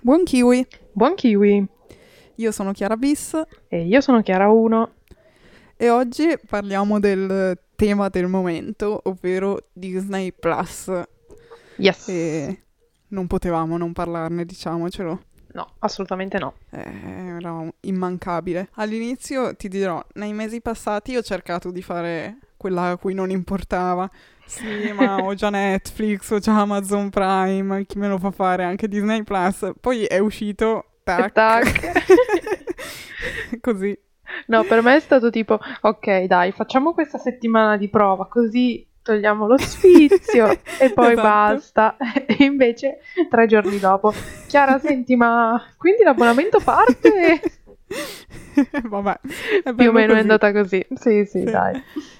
Buon kiwi, Buon kiwi! io sono Chiara Bis E io sono Chiara 1. e oggi parliamo del tema del momento, ovvero Disney Plus. Yes! E non potevamo non parlarne, diciamocelo. No, assolutamente no. Era immancabile. All'inizio ti dirò, nei mesi passati ho cercato di fare quella a cui non importava. Sì, ma ho già Netflix, ho già Amazon Prime, chi me lo fa fare? Anche Disney Plus. Poi è uscito, E tac, tac! così. No, per me è stato tipo, ok, dai, facciamo questa settimana di prova, così togliamo lo sfizio e poi Esatto. basta. E invece, 3 giorni dopo, Chiara, senti, ma quindi l'abbonamento parte? Vabbè, è Più bello o meno è così. andata così. Sì, Sì. dai.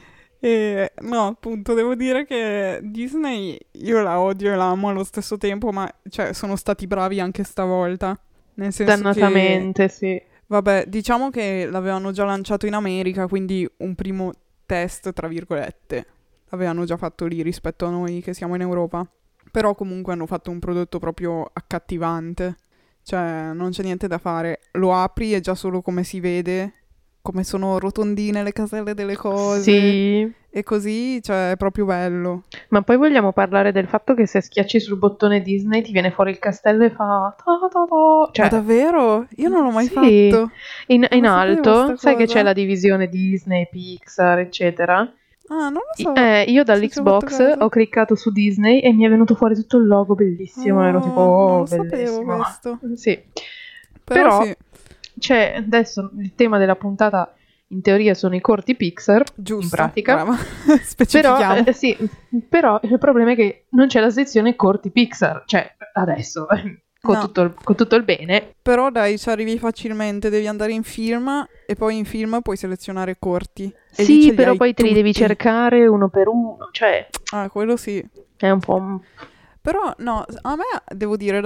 E, no, appunto, devo dire che Disney io la odio e la amo allo stesso tempo, ma cioè, sono stati bravi anche stavolta. Nel senso che, Dannatamente, sì. vabbè, diciamo che l'avevano già lanciato in America, quindi un primo test, tra virgolette, l'avevano già fatto lì rispetto a noi che siamo in Europa. Però comunque hanno fatto un prodotto proprio accattivante. Cioè, non c'è niente da fare. Lo apri e già solo come si vede, come sono rotondine le caselle delle cose. Sì. E così, cioè, è proprio bello. Ma poi vogliamo parlare del fatto che se schiacci sul bottone Disney ti viene fuori il castello e fa ta ta ta. Ma Cioè, davvero? Io non l'ho mai sì, fatto. in Non sapevo alto, sta sai che c'è cosa. la divisione Disney, Pixar, eccetera. Ah, non lo so Io se ci ho fatto dall'Xbox caso. ho cliccato su Disney e mi è venuto fuori tutto il logo bellissimo. Ero tipo, Oh, non oh, lo sapevo bellissimo. questo. Sì. Però Però sì, c'è adesso il tema della puntata, in teoria sono i corti Pixar, in giusto, pratica. brava. Però, Specifichiamo. sì, però il problema è che non c'è la sezione corti Pixar, cioè adesso, con No, tutto il bene. però dai, ci arrivi facilmente. Devi andare in film e poi in film puoi selezionare corti. E lì Sì, ce li però hai poi te li devi tutti. cercare uno per uno, cioè Ah, quello sì. è un po'. Però no, a me devo dire,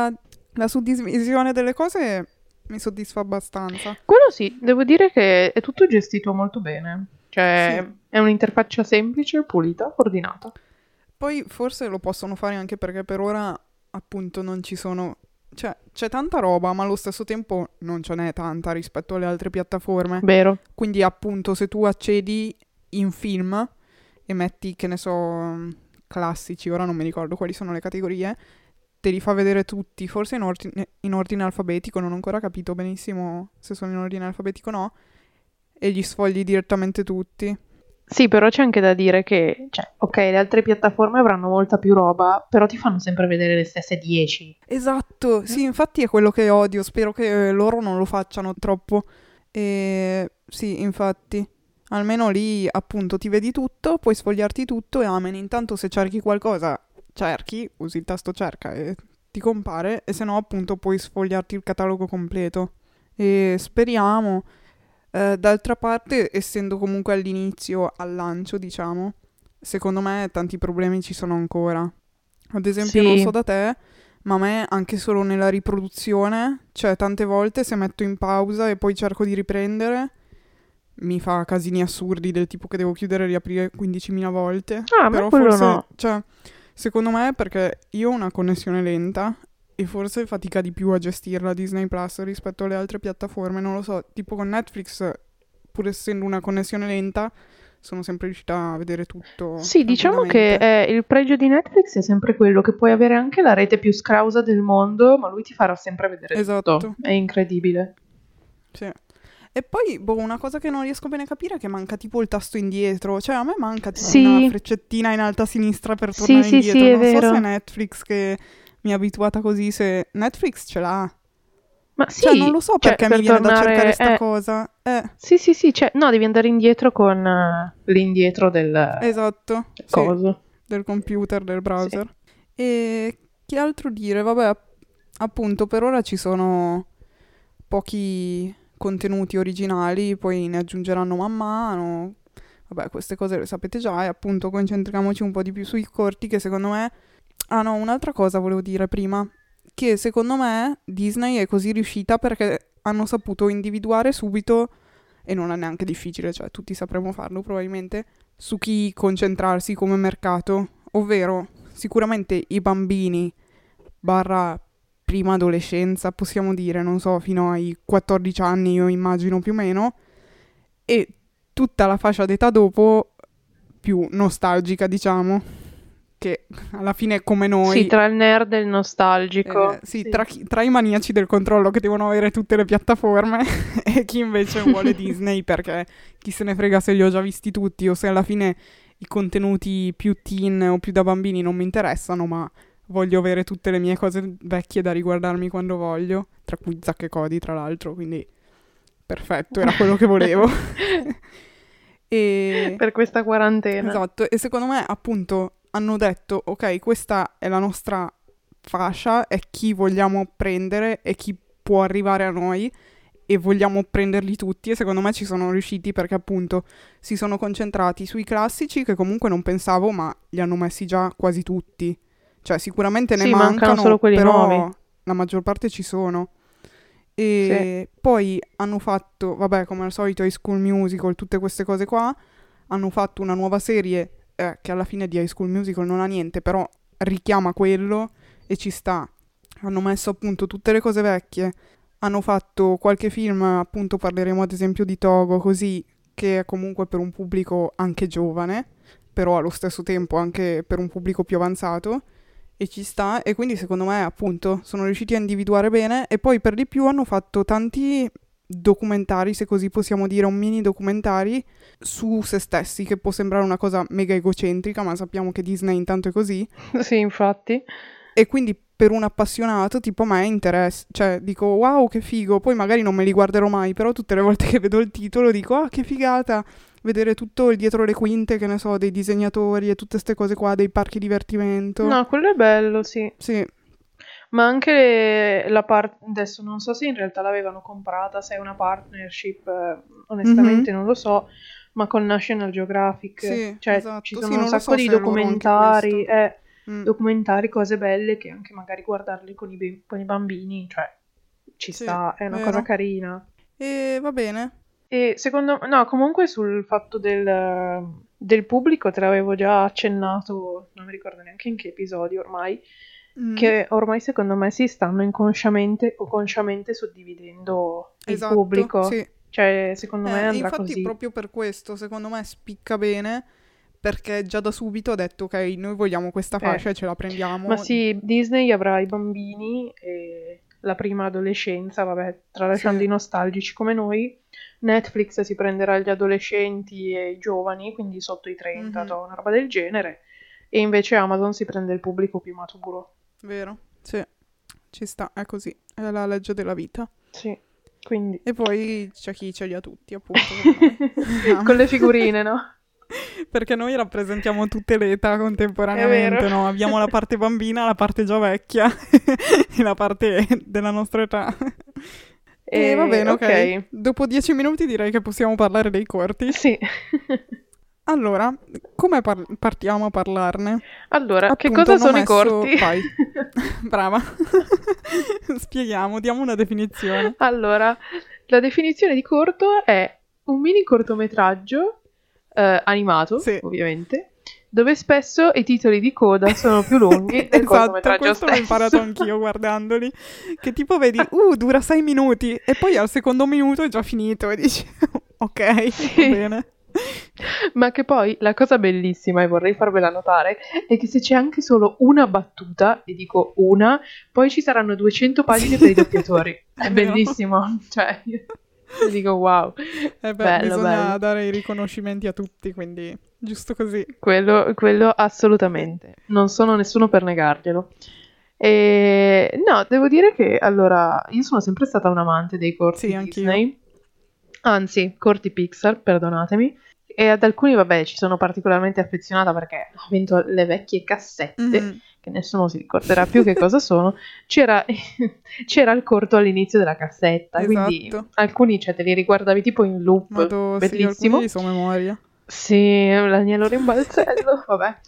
la suddivisione delle cose mi soddisfa abbastanza. Quello sì, devo dire che è tutto gestito molto bene, Sì. cioè è un'interfaccia semplice, pulita, ordinata. Poi forse lo possono fare anche perché per ora appunto non ci sono... Cioè, c'è tanta roba, ma allo stesso tempo non ce n'è tanta rispetto alle altre piattaforme. Vero? Quindi appunto se tu accedi in film e metti, che ne so, classici, ora non mi ricordo quali sono le categorie, te li fa vedere tutti, forse in ordine alfabetico, non ho ancora capito benissimo se sono in ordine alfabetico o no, e gli sfogli direttamente tutti. Sì, però c'è anche da dire che, cioè, ok, le altre piattaforme avranno molta più roba, però ti fanno sempre vedere le stesse 10. Esatto, sì, infatti è quello che odio, spero che loro non lo facciano troppo. E sì, infatti, almeno lì appunto ti vedi tutto, puoi sfogliarti tutto e amen. Intanto se cerchi qualcosa, cerchi, usi il tasto cerca e ti compare, e se no appunto puoi sfogliarti il catalogo completo. E speriamo. D'altra parte, essendo comunque all'inizio, al lancio, diciamo, secondo me tanti problemi ci sono ancora. Ad esempio, non Sì, so da te, ma a me anche solo nella riproduzione, cioè tante volte se metto in pausa e poi cerco di riprendere, mi fa casini assurdi del tipo che devo chiudere e riaprire 15.000 volte. a me Però quello forse, no. cioè, secondo me è perché io ho una connessione lenta e forse fatica di più a gestirla Disney Plus rispetto alle altre piattaforme, non lo so, tipo con Netflix, pur essendo una connessione lenta, sono sempre riuscita a vedere tutto Sì, diciamo che tranquillamente. il pregio di Netflix è sempre quello che puoi avere anche la rete più scrausa del mondo, ma lui ti farà sempre vedere tutto. Esatto, È incredibile. sì. E poi, boh, una cosa che non riesco bene a capire è che manca tipo il tasto indietro. Cioè, a me manca tipo una Sì, freccettina in alto a sinistra per sì, tornare sì, sì, indietro. è Non so se è vero. Netflix che mi ha abituata così, se Netflix ce l'ha. Ma Cioè, non lo sì, so cioè, perché mi per viene da cercare tornare. sta cosa. Sì, sì, sì, cioè, no, devi andare indietro con l'indietro Esatto, del sì, coso. del computer, del Sì. browser. E che altro dire? Vabbè, appunto, per ora ci sono pochi contenuti originali, poi ne aggiungeranno man mano. Vabbè, queste cose le sapete già e appunto concentriamoci un po' di più sui corti che secondo me... Ah no, un'altra cosa volevo dire prima, che secondo me Disney è così riuscita perché hanno saputo individuare subito, e non è neanche difficile, cioè tutti sapremo farlo probabilmente, su chi concentrarsi come mercato, ovvero sicuramente i bambini barra prima adolescenza, possiamo dire, non so, fino ai 14 anni, io immagino più o meno, e tutta la fascia d'età dopo, più nostalgica, diciamo, che alla fine è come Sì, noi, tra il nerd e il nostalgico. sì, Sì. tra i maniaci del controllo che devono avere tutte le piattaforme e chi invece vuole Disney perché chi se ne frega se li ho già visti tutti o se alla fine i contenuti più teen o più da bambini non mi interessano, ma voglio avere tutte le mie cose vecchie da riguardarmi quando voglio, tra cui Zack e Cody, tra l'altro, quindi perfetto, era quello che volevo. E Per questa quarantena. esatto, e secondo me appunto hanno detto, ok, questa è la nostra fascia, è chi vogliamo prendere e chi può arrivare a noi e vogliamo prenderli tutti e secondo me ci sono riusciti perché appunto si sono concentrati sui classici che comunque non pensavo ma li hanno messi già quasi tutti. Cioè sicuramente ne Sì, mancano solo quelli però nuovi. la maggior parte ci sono. Sì. E poi hanno fatto, vabbè, come al solito, High School Musical, tutte queste cose qua. Hanno fatto una nuova serie che alla fine di High School Musical non ha niente, però richiama quello e ci sta. Hanno messo appunto tutte le cose vecchie. Hanno fatto qualche film, appunto parleremo ad esempio di Togo, così, che è comunque per un pubblico anche giovane, però allo stesso tempo anche per un pubblico più avanzato e ci sta e quindi secondo me appunto sono riusciti a individuare bene e poi per di più hanno fatto tanti documentari, se così possiamo dire, un mini documentari su se stessi, che può sembrare una cosa mega egocentrica, ma sappiamo che Disney intanto è così Sì, infatti. e quindi per un appassionato tipo me interessa, cioè dico wow che figo, poi magari non me li guarderò mai, però tutte le volte che vedo il titolo dico ah che figata, vedere tutto il dietro le quinte, che ne so, dei disegnatori e tutte queste cose qua, dei parchi divertimento. No, quello è bello, sì. Sì. Ma anche la parte... Adesso non so se in realtà l'avevano comprata, se è una partnership, onestamente Mhm. non lo so, ma con National Geographic. Sì, Cioè, ci esatto. sono Sì, un non lo sacco so di se è loro anche questo. Mm, documentari, cose belle che anche magari guardarli con i bambini, cioè, ci sì, sta, è una cosa vero. carina. E va bene. E secondo no, comunque sul fatto del pubblico te l'avevo già accennato, non mi ricordo neanche in che episodio ormai, Mm, che ormai secondo me si stanno inconsciamente o consciamente suddividendo il esatto, pubblico. sì. Cioè, secondo me E andrà infatti così. proprio per questo, secondo me spicca bene, perché già da subito ha detto, ok, noi vogliamo questa Eh. fascia e ce la Ma prendiamo. sì, Disney avrà i bambini e la prima adolescenza, vabbè, tralasciando Sì. i nostalgici come noi. Netflix si prenderà gli adolescenti e i giovani, quindi sotto i 30, Mhm, una roba del genere. E invece Amazon si prende il pubblico più maturo. vero. Sì, ci sta, è così. È la legge della vita. Sì, quindi... E poi c'è chi ce li ha tutti, appunto, come noi. Con le figurine, no? Perché noi rappresentiamo tutte le età È vero. contemporaneamente, no? Abbiamo la parte bambina, la parte già vecchia e la parte della nostra età. E va bene, Ok, ok. Dopo 10 minuti direi che possiamo parlare dei corti. sì. Allora, come partiamo a parlarne? Allora, che Appunto, cosa hanno sono i messo... corti? Vai, brava. Spieghiamo, diamo una definizione. Allora, la definizione di corto è un mini cortometraggio animato, Sì. ovviamente, dove spesso i titoli di coda sono più lunghi del Esatto, cortometraggio questo l'ho imparato stesso. anch'io guardandoli. Che tipo vedi, dura 6 minuti e poi al secondo minuto è già finito e dici, ok, va Sì. bene. Ma che poi la cosa bellissima, e vorrei farvela notare, è che se c'è anche solo una battuta, e dico una, poi ci saranno 200 pagine Sì, per i doppiatori. È è vero. bellissimo, cioè, io dico wow, E beh, bello, bisogna bello. dare i riconoscimenti a tutti, quindi giusto così. Quello assolutamente, non sono nessuno per negarglielo. E no, devo dire che allora io sono sempre stata un amante dei corti Sì, anch'io. Disney, anzi, corti Pixar, perdonatemi, e ad alcuni, vabbè, ci sono particolarmente affezionata perché avendo le vecchie cassette, Mhm. che nessuno si ricorderà più che cosa sono, c'era, c'era il corto all'inizio della cassetta, quindi Esatto. alcuni, cioè, te li riguardavi tipo in loop, Sì, alcuni li bellissimo. so a memoria. Sì, l'agnello rimbalzello, vabbè.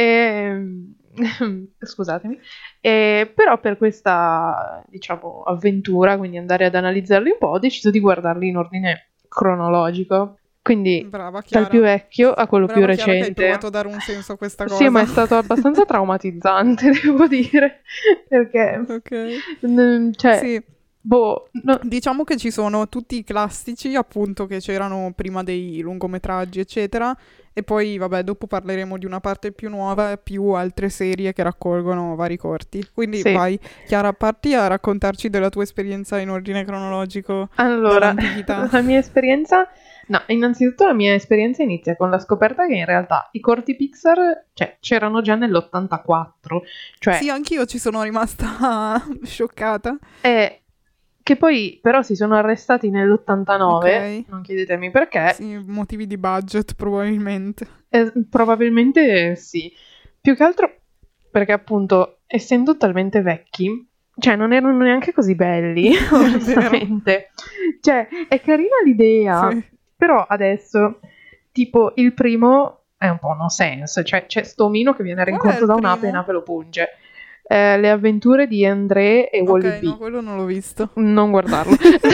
Scusatemi. Però per questa, diciamo, avventura, quindi andare ad analizzarli un po', ho deciso di guardarli in ordine cronologico. Quindi Brava dal Chiara. più vecchio a quello più Brava Chiara che hai recente. provato a dare un senso a questa cosa. Sì, ma è stato abbastanza traumatizzante, devo dire, perché, Ok. cioè, Sì, boh, diciamo che ci sono tutti i classici, appunto, che c'erano prima dei lungometraggi, eccetera. E poi, vabbè, dopo parleremo di una parte più nuova, più altre serie che raccolgono vari corti. Quindi sì. vai, Chiara, parti a raccontarci della tua esperienza in ordine cronologico Allora, dall'antichità. la mia esperienza... No, innanzitutto la mia esperienza inizia con la scoperta che in realtà i corti Pixar, cioè, c'erano già nell'84, cioè, Sì, anch'io ci sono rimasta scioccata. che poi però si sono arrestati nell'89, Ok. non chiedetemi perché, Sì, motivi di budget probabilmente. probabilmente sì. Più che altro perché appunto, essendo talmente vecchi, cioè non erano neanche così belli, È vero. onestamente. Cioè, è carina l'idea, Sì. però adesso, tipo, il primo è un po' no sense, cioè c'è sto omino che viene Qual è rincorso il da un'ape e primo? l'ape lo punge. Le avventure di André e Ok, Wally no, B. quello non l'ho visto. Non guardarlo.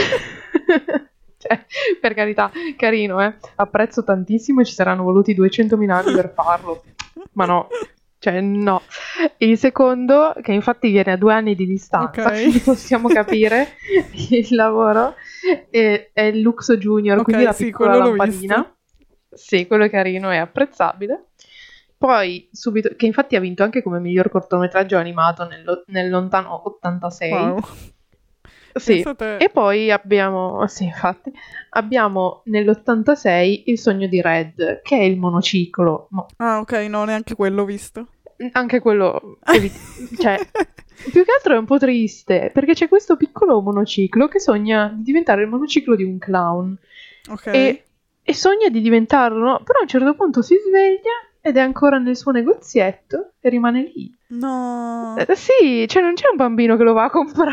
Cioè, per carità, carino, eh. Apprezzo tantissimo e ci saranno voluti 200.000 anni per farlo. Ma no, cioè no. Il secondo, che infatti viene a 2 anni di Ok. distanza, quindi possiamo capire il lavoro, è il Luxo Junior, quindi Ok, la sì, piccola quello l'ho visto. lampadina. Sì, quello è carino e apprezzabile. Poi, subito, che infatti ha vinto anche come miglior cortometraggio animato nel lontano 86. Wow. Sì, Pensa a te. e poi abbiamo, sì, infatti, abbiamo nell'86 Il sogno di Red, che è il monociclo. Ah, ok, no, neanche quello ho visto. Anche quello, cioè, più che altro è un po' triste, perché c'è questo piccolo monociclo che sogna di diventare il monociclo di un clown. Ok. E sogna di diventarlo, no? Però a un certo punto si sveglia ed è ancora nel suo negozietto e rimane lì. No. Sì, cioè non c'è un bambino che lo va a comprare.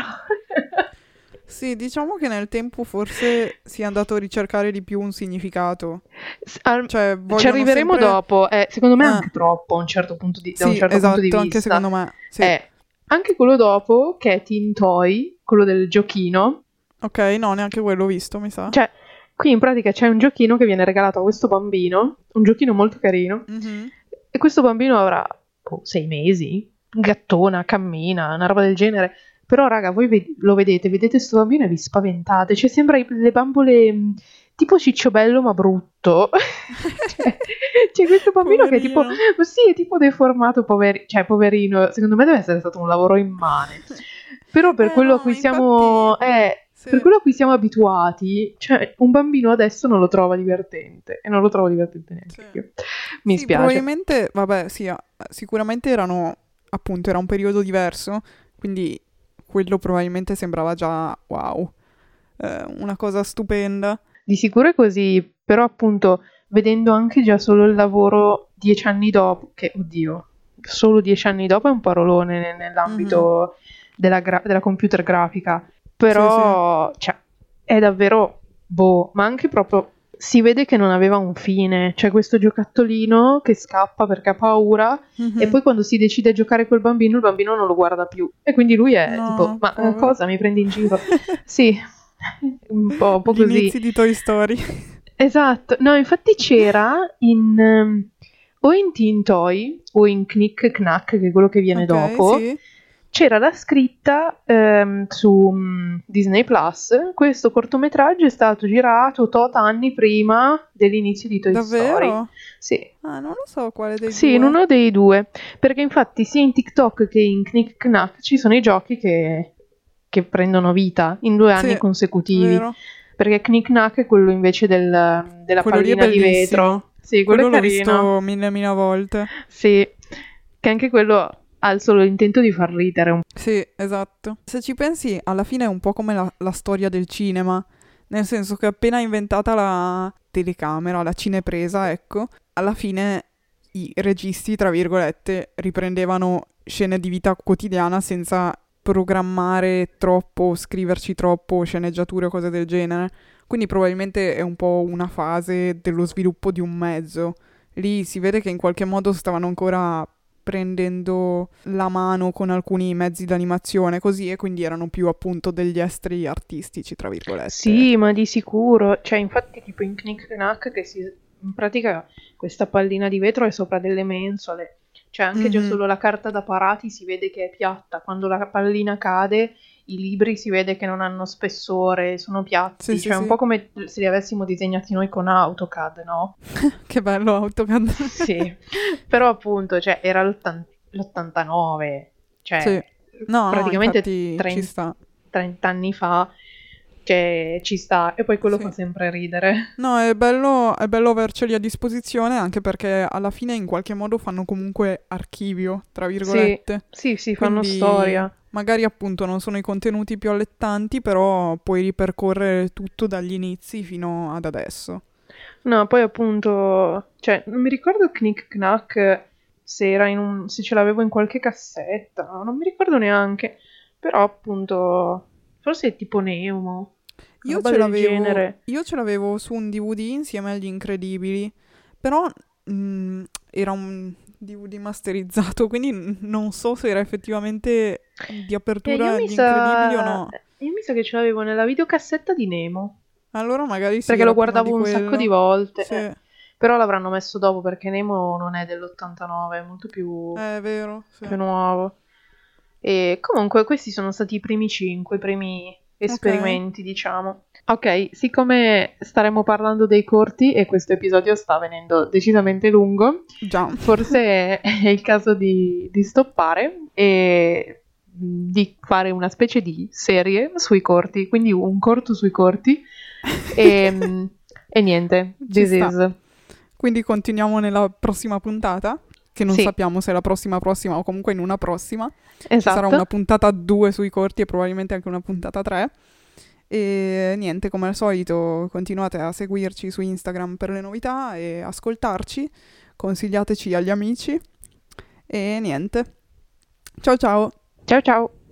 Sì, diciamo che nel tempo forse si è andato a ricercare di più un significato. Cioè, Ci vogliono arriveremo sempre... dopo, secondo me Ah, anche troppo da un sì, certo punto di esatto, anche vista. secondo me. Sì. Anche quello dopo, che è Teen Toy, quello del giochino, Ok, no, neanche quello ho visto, mi sa. cioè, qui in pratica c'è un giochino che viene regalato a questo bambino, un giochino molto carino, Mhm. e questo bambino avrà 6 mesi, gattona, cammina, una roba del genere. Però, raga, voi lo vedete sto bambino e vi spaventate. Cioè, sembra le bambole tipo Cicciobello, ma brutto. cioè, c'è questo bambino che è tipo, Poverino. sì, è tipo deformato, cioè, poverino. Secondo me deve essere stato un lavoro immane. Però per quello a No, cui infatti... siamo, per Sì. quello a cui siamo abituati, cioè, un bambino adesso non lo trova divertente. E non lo trovo divertente Sì. neanche io. Mi Sì, spiace. probabilmente, vabbè, sì, sicuramente erano, appunto, era un periodo diverso, quindi quello probabilmente sembrava già, wow, una cosa stupenda. Di sicuro è così, però appunto vedendo anche già solo il lavoro 10 anni dopo, che oddio, solo 10 anni dopo è un parolone Mhm. nell'ambito della computer grafica, Sì, sì. però cioè, è davvero boh, ma anche proprio si vede che non aveva un fine, c'è questo giocattolino che scappa perché ha paura e Mhm. poi quando si decide a giocare col bambino, il bambino non lo guarda più e quindi lui è tipo, No, ma povero. cosa mi prendi in giro? Sì, un po' Gli così. inizi di Toy Story. Esatto, no, infatti c'era o in Teen Toy o in Knick Knack, che è quello che viene Ok, dopo, sì. c'era la scritta su Disney Plus. Questo cortometraggio è stato girato tot anni prima dell'inizio di Toy Story. Davvero? Sì, Ah, non lo so quale dei sì, in due. uno dei due, perché infatti sia in TikTok che in Knick Knack ci sono i giochi che prendono vita in 2 anni Sì, consecutivi, vero. perché Knick Knack è quello invece della Quello lì è pallina di bellissimo. vetro. Sì, quello è Quello l'ho carino. visto mille mila volte. Sì, che anche quello ha il solo intento di far ridere un po'. Sì, esatto. Se ci pensi, alla fine è un po' come la storia del cinema, nel senso che appena inventata la telecamera, la cinepresa, ecco, alla fine i registi, tra virgolette, riprendevano scene di vita quotidiana senza programmare troppo, scriverci troppo, sceneggiature o cose del genere. Quindi probabilmente è un po' una fase dello sviluppo di un mezzo. Lì si vede che in qualche modo stavano ancora prendendo la mano con alcuni mezzi d'animazione così, e quindi erano più appunto degli estri artistici, tra virgolette. Sì, ma di sicuro. Cioè, infatti, tipo in Knick Knack, in pratica questa pallina di vetro è sopra delle mensole. Cioè, anche già Mhm. solo la carta da parati si vede che è piatta. Quando la pallina cade, i libri si vede che non hanno spessore, sono Sì, piatti. sì, Cioè, un sì. po' come se li avessimo disegnati noi con AutoCAD, no? Che bello AutoCAD. Sì. Però appunto, cioè, era l'89, Sì. cioè, No, no, praticamente infatti ci sta. 30 anni fa, cioè, ci sta. E poi quello fa Sì. sempre ridere. No, è bello averceli a disposizione anche perché alla fine in qualche modo fanno comunque archivio, tra Sì, virgolette. sì, sì, fanno Quindi storia. magari appunto non sono i contenuti più allettanti, però puoi ripercorrere tutto dagli inizi fino ad adesso. No, poi appunto, cioè, non mi ricordo Knick Knack se era se ce l'avevo in qualche cassetta, non mi ricordo neanche. Però appunto, forse è tipo Nemo, una roba del genere. Io ce l'avevo su un DVD insieme agli Incredibili, però era un DVD masterizzato, quindi non so se era effettivamente di Io apertura mi agli Incredibili o sa... no. Io mi sa che ce l'avevo nella videocassetta di Nemo, Allora magari sì, perché lo era prima di guardavo un sacco di quello. volte. Sì, Però l'avranno messo dopo perché Nemo non è dell'89, è molto è vero, sì. più nuovo. E comunque questi sono stati i primi 5, i primi Ok, esperimenti, diciamo. Ok, siccome staremo parlando dei corti e questo episodio sta venendo decisamente lungo, già. forse è il caso di stoppare e di fare una specie di serie sui corti, quindi un corto sui corti. E, e niente, Ci this sta. is. Quindi continuiamo nella prossima puntata, che non Sì, sappiamo se è la prossima prossima o comunque in una prossima. Ci sarà esatto. una puntata 2 sui corti e probabilmente anche una puntata 3. E niente, come al solito, continuate a seguirci su Instagram per le novità e ascoltarci, consigliateci agli amici e niente. Ciao ciao! Ciao ciao.